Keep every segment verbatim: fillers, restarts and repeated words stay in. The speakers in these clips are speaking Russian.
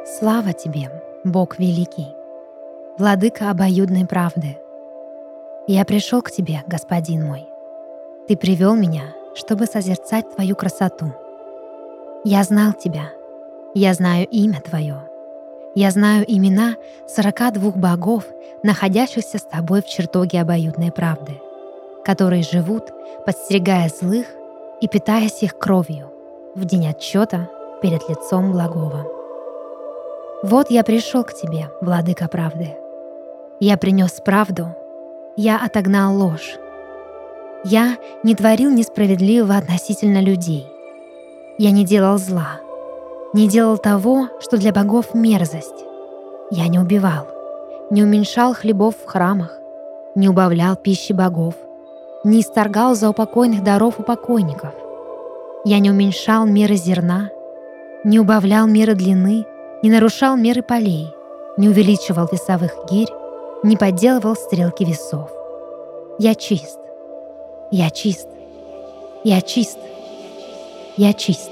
Слава Тебе, Бог великий, Владыка обоюдной правды. Я пришел к Тебе, Господин мой. Ты привел меня, чтобы созерцать Твою красоту. Я знал Тебя, я знаю имя Твое, я знаю имена сорока двух богов, находящихся с Тобой в чертоге обоюдной правды, которые живут, подстерегая злых и питаясь их кровью в день отчета перед лицом благого. Вот я пришел к Тебе, Владыка правды. Я принес правду, я отогнал ложь. Я не творил несправедливого относительно людей. Я не делал зла, не делал того, что для богов мерзость. Я не убивал, не уменьшал хлебов в храмах, не убавлял пищи богов, не исторгал заупокойных даров у покойников. Я не уменьшал меры зерна, не убавлял меры длины, не нарушал меры полей, не увеличивал весовых гирь, не подделывал стрелки весов. Я чист, я чист, я чист, я чист.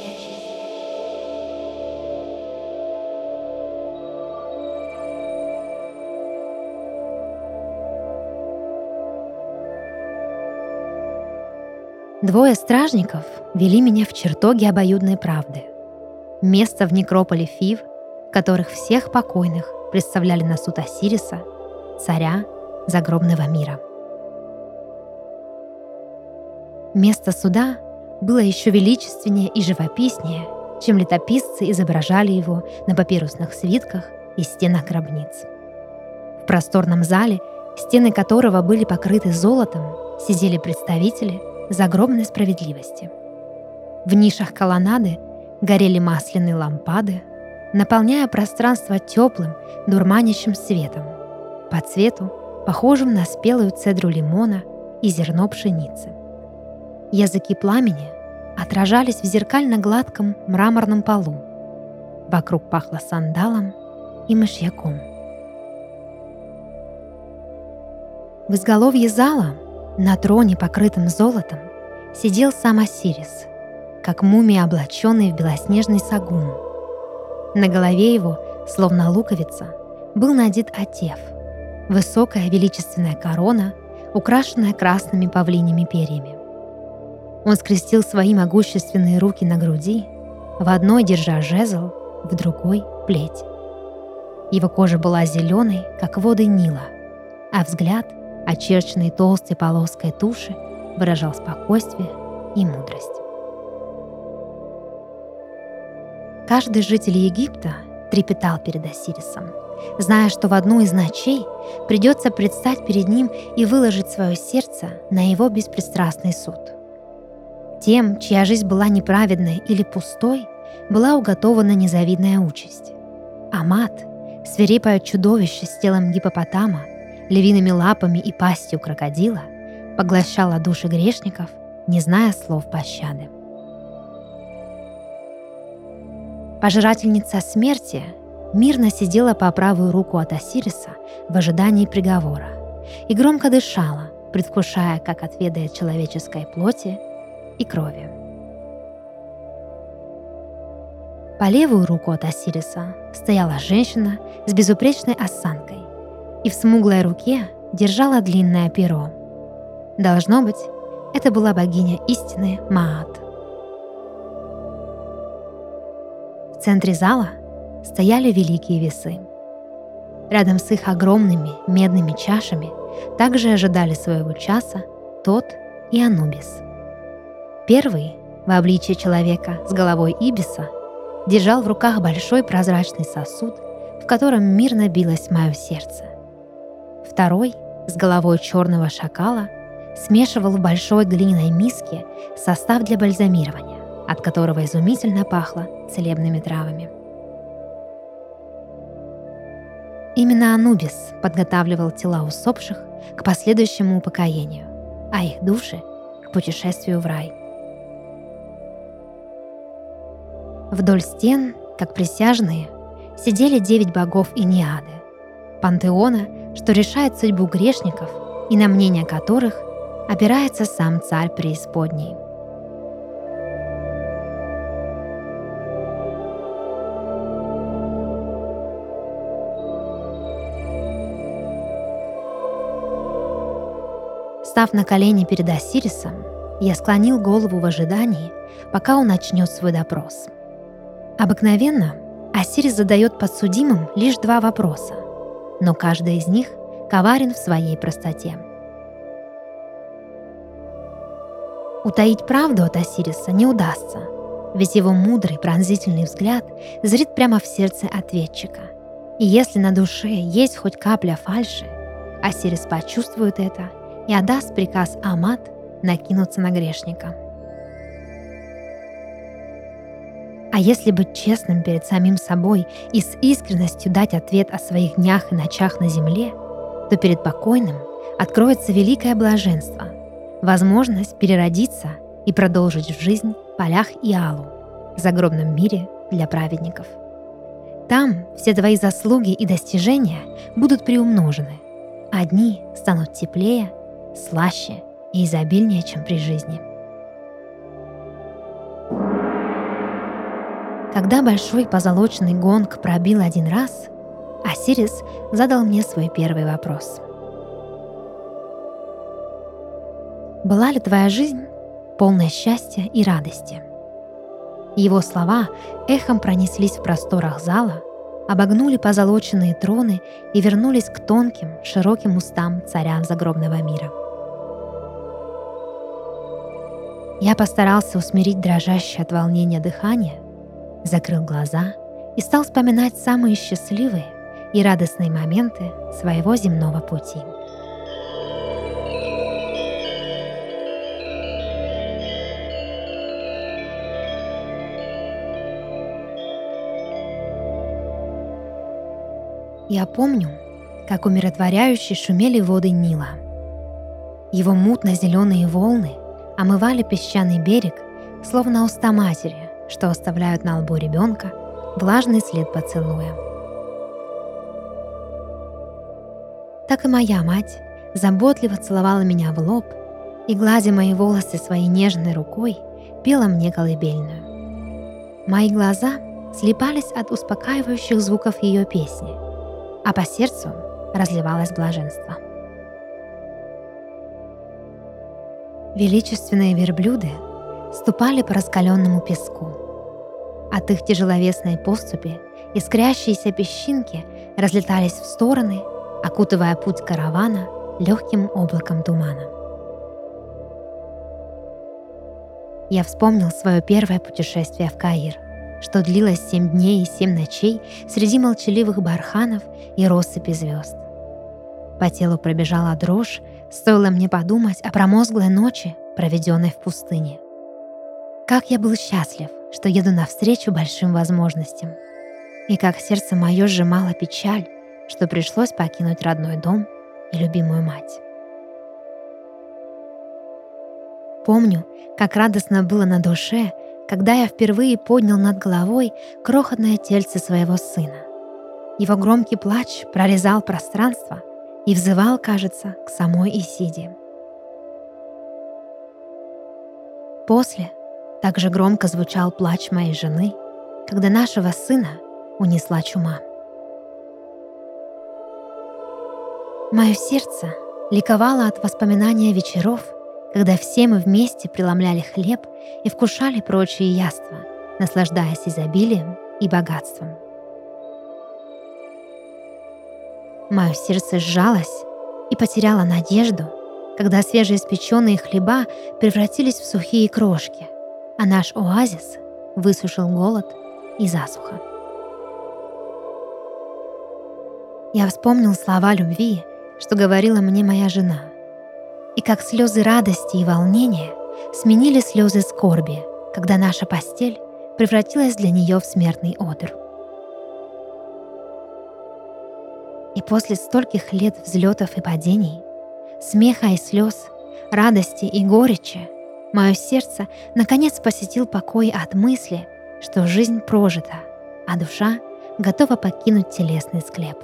Двое стражников вели меня в чертоги обоюдной правды. Место в некрополе Фив, в которых всех покойных представляли на суд Осириса, царя загробного мира. Место суда было еще величественнее и живописнее, чем летописцы изображали его на папирусных свитках и стенах гробниц. В просторном зале, стены которого были покрыты золотом, сидели представители загробной справедливости. В нишах колоннады горели масляные лампады, наполняя пространство теплым, дурманящим светом, по цвету похожим на спелую цедру лимона и зерно пшеницы. Языки пламени отражались в зеркально-гладком мраморном полу. Вокруг пахло сандалом и мышьяком. В изголовье зала, на троне, покрытом золотом, сидел сам Осирис, как мумия, облаченный в белоснежный сагун. На голове его, словно луковица, был надет отев, высокая величественная корона, украшенная красными павлиньими перьями. Он скрестил свои могущественные руки на груди, в одной держа жезл, в другой — плеть. Его кожа была зеленой, как воды Нила, а взгляд, очерченный толстой полоской туши, выражал спокойствие и мудрость. Каждый житель Египта трепетал перед Осирисом, зная, что в одну из ночей придется предстать перед ним и выложить свое сердце на его беспристрастный суд. Тем, чья жизнь была неправедной или пустой, была уготована незавидная участь. Амат, свирепое чудовище с телом гиппопотама, львиными лапами и пастью крокодила, поглощала души грешников, не зная слов пощады. Пожирательница смерти мирно сидела по правую руку от Осириса в ожидании приговора и громко дышала, предвкушая, как отведает человеческой плоти и крови. По левую руку от Осириса стояла женщина с безупречной осанкой и в смуглой руке держала длинное перо. Должно быть, это была богиня истины Маат. В центре зала стояли великие весы. Рядом с их огромными медными чашами также ожидали своего часа Тот и Анубис. Первый, в обличье человека с головой ибиса, держал в руках большой прозрачный сосуд, в котором мирно билось мое сердце. Второй, с головой черного шакала, смешивал в большой глиняной миске состав для бальзамирования, от которого изумительно пахло целебными травами. Именно Анубис подготавливал тела усопших к последующему упокоению, а их души — к путешествию в рай. Вдоль стен, как присяжные, сидели девять богов Иньяды, пантеона, что решает судьбу грешников и на мнение которых опирается сам царь преисподней. Встав на колени перед Осирисом, я склонил голову в ожидании, пока он начнет свой допрос. Обыкновенно Осирис задает подсудимым лишь два вопроса, но каждый из них коварен в своей простоте. Утаить правду от Осириса не удастся, ведь его мудрый пронзительный взгляд зрит прямо в сердце ответчика. И если на душе есть хоть капля фальши, Осирис почувствует это и отдаст приказ Амат накинуться на грешника. А если быть честным перед самим собой и с искренностью дать ответ о своих днях и ночах на земле, то перед покойным откроется великое блаженство, возможность переродиться и продолжить в жизнь Палях и Алу в загробном мире для праведников. Там все твои заслуги и достижения будут приумножены. Одни станут теплее, слаще и изобильнее, чем при жизни. Когда большой позолоченный гонг пробил один раз, Осирис задал мне свой первый вопрос. «Была ли твоя жизнь полная счастья и радости?» Его слова эхом пронеслись в просторах зала, обогнули позолоченные троны и вернулись к тонким, широким устам царя загробного мира. Я постарался усмирить дрожащее от волнения дыхание, закрыл глаза и стал вспоминать самые счастливые и радостные моменты своего земного пути. Я помню, как умиротворяюще шумели воды Нила. Его мутно-зеленые волны омывали песчаный берег, словно уста матери, что оставляют на лбу ребенка влажный след поцелуя. Так и моя мать заботливо целовала меня в лоб и, гладя мои волосы своей нежной рукой, пела мне колыбельную. Мои глаза слипались от успокаивающих звуков ее песни, а по сердцу разливалось блаженство. Величественные верблюды ступали по раскаленному песку. От их тяжеловесной поступи искрящиеся песчинки разлетались в стороны, окутывая путь каравана легким облаком тумана. Я вспомнил свое первое путешествие в Каир, что длилось семь дней и семь ночей среди молчаливых барханов и россыпи звезд. По телу пробежала дрожь, стоило мне подумать о промозглой ночи, проведенной в пустыне. Как я был счастлив, что еду навстречу большим возможностям, и как сердце мое сжимало печаль, что пришлось покинуть родной дом и любимую мать. Помню, как радостно было на душе, когда я впервые поднял над головой крохотное тельце своего сына. Его громкий плач прорезал пространство и взывал, кажется, к самой Исиде. После также громко звучал плач моей жены, когда нашего сына унесла чума. Мое сердце ликовало от воспоминания вечеров, когда все мы вместе преломляли хлеб и вкушали прочие яства, наслаждаясь изобилием и богатством. Мое сердце сжалось и потеряло надежду, когда свежеиспеченные хлеба превратились в сухие крошки, а наш оазис высушил голод и засуха. Я вспомнил слова любви, что говорила мне моя жена, и как слезы радости и волнения сменили слезы скорби, когда наша постель превратилась для нее в смертный одр. И после стольких лет взлетов и падений, смеха и слез, радости и горечи, мое сердце наконец посетил покой от мысли, что жизнь прожита, а душа готова покинуть телесный склеп.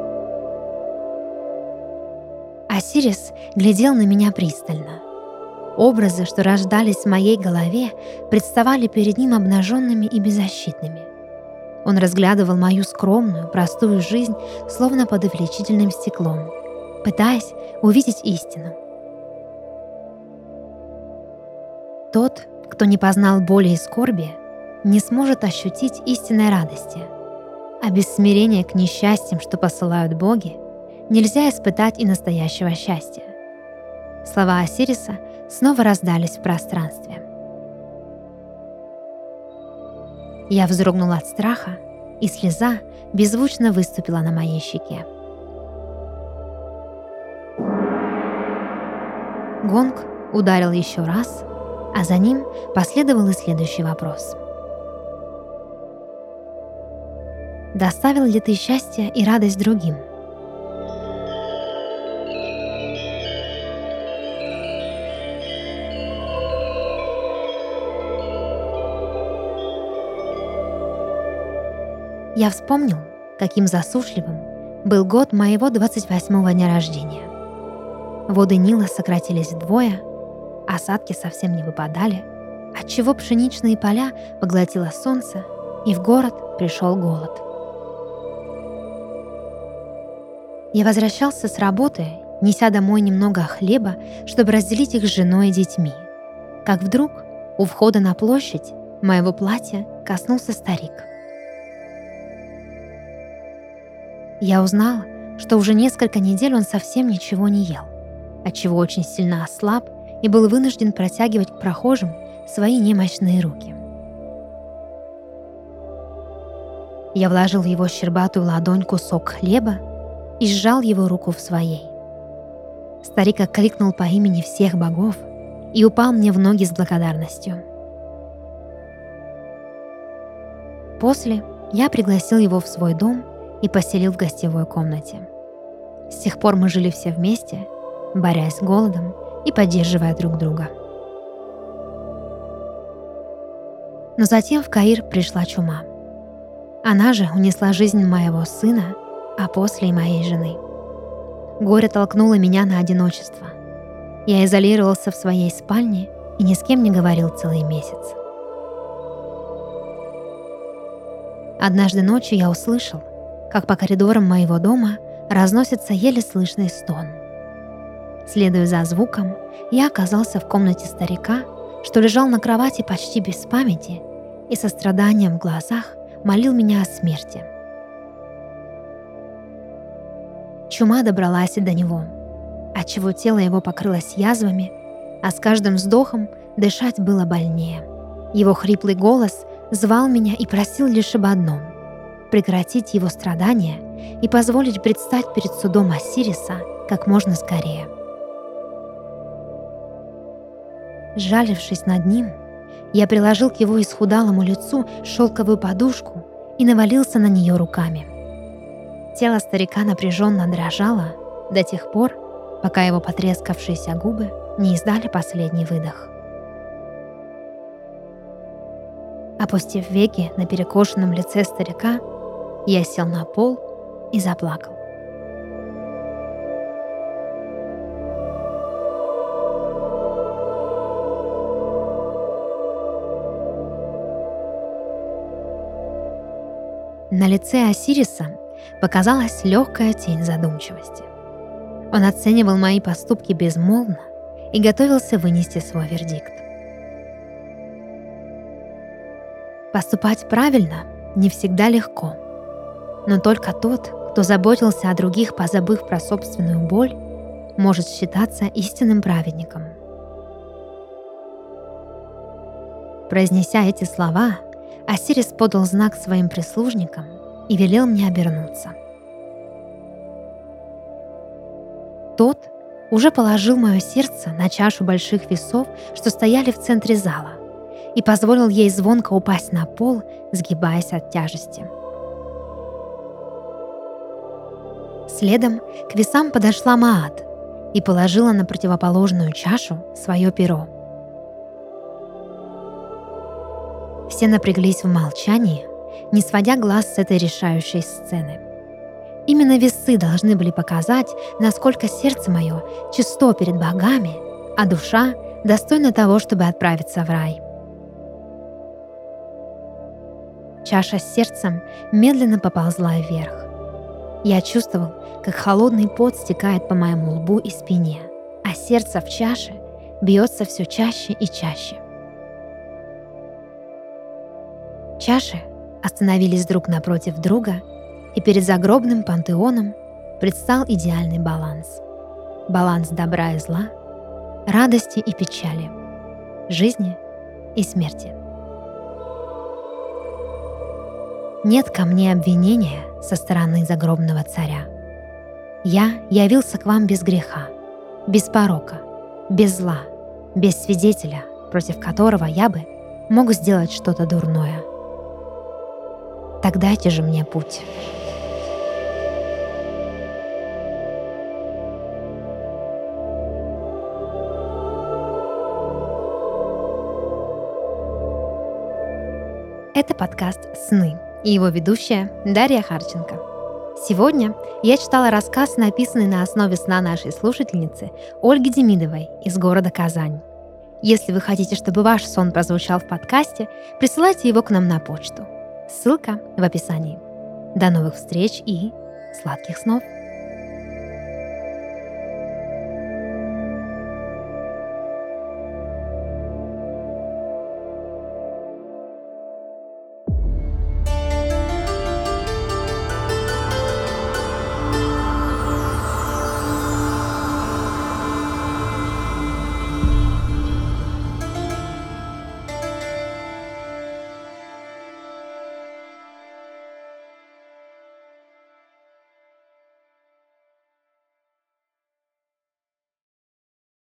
Осирис глядел на меня пристально. Образы, что рождались в моей голове, представали перед ним обнаженными и беззащитными. Он разглядывал мою скромную, простую жизнь, словно под увеличительным стеклом, пытаясь увидеть истину. Тот, кто не познал боли и скорби, не сможет ощутить истинной радости, а без смирения к несчастьям, что посылают боги, нельзя испытать и настоящего счастья. Слова Осириса снова раздались в пространстве. Я вздрогнула от страха, и слеза беззвучно выступила на моей щеке. Гонг ударил еще раз, а за ним последовал и следующий вопрос. Доставил ли ты счастье и радость другим? Я вспомнил, каким засушливым был год моего двадцать восьмого дня рождения. Воды Нила сократились вдвое, осадки совсем не выпадали, отчего пшеничные поля поглотило солнце, и в город пришел голод. Я возвращался с работы, неся домой немного хлеба, чтобы разделить их с женой и детьми. Как вдруг у входа на площадь моего платья коснулся старик. Я узнала, что уже несколько недель он совсем ничего не ел, отчего очень сильно ослаб и был вынужден протягивать к прохожим свои немощные руки. Я вложил в его щербатую ладонь кусок хлеба и сжал его руку в своей. Старик окликнул по имени всех богов и упал мне в ноги с благодарностью. После я пригласил его в свой дом и поселил в гостевой комнате. С тех пор мы жили все вместе, борясь с голодом и поддерживая друг друга. Но затем в Каир пришла чума. Она же унесла жизнь моего сына, а после и моей жены. Горе толкнуло меня на одиночество. Я изолировался в своей спальне и ни с кем не говорил целый месяц. Однажды ночью я услышал, как по коридорам моего дома разносится еле слышный стон. Следуя за звуком, я оказался в комнате старика, что лежал на кровати почти без памяти и со страданием в глазах молил меня о смерти. Чума добралась и до него, отчего тело его покрылось язвами, а с каждым вздохом дышать было больнее. Его хриплый голос звал меня и просил лишь об одном — прекратить его страдания и позволить предстать перед судом Осириса как можно скорее. Сжалившись над ним, я приложил к его исхудалому лицу шелковую подушку и навалился на нее руками. Тело старика напряженно дрожало до тех пор, пока его потрескавшиеся губы не издали последний выдох. Опустив веки на перекошенном лице старика, я сел на пол и заплакал. На лице Осириса показалась легкая тень задумчивости. Он оценивал мои поступки безмолвно и готовился вынести свой вердикт. Поступать правильно не всегда легко, но только тот, кто заботился о других, позабыв про собственную боль, может считаться истинным праведником. Произнеся эти слова, Осирис подал знак своим прислужникам и велел мне обернуться. Тот уже положил мое сердце на чашу больших весов, что стояли в центре зала, и позволил ей звонко упасть на пол, сгибаясь от тяжести. Следом к весам подошла Маат и положила на противоположную чашу свое перо. Все напряглись в молчании, не сводя глаз с этой решающей сцены. Именно весы должны были показать, насколько сердце мое чисто перед богами, а душа достойна того, чтобы отправиться в рай. Чаша с сердцем медленно поползла вверх. Я чувствовал, как холодный пот стекает по моему лбу и спине, а сердце в чаше бьется все чаще и чаще. Чаши остановились друг напротив друга, и перед загробным пантеоном предстал идеальный баланс. Баланс добра и зла, радости и печали, жизни и смерти. Нет ко мне обвинения со стороны загробного царя. Я явился к вам без греха, без порока, без зла, без свидетеля, против которого я бы мог сделать что-то дурное. Так дайте же мне путь. Это подкаст «Сны» и его ведущая Дарья Харченко. Сегодня я читала рассказ, написанный на основе сна нашей слушательницы Ольги Демидовой из города Казань. Если вы хотите, чтобы ваш сон прозвучал в подкасте, присылайте его к нам на почту. Ссылка в описании. До новых встреч и сладких снов!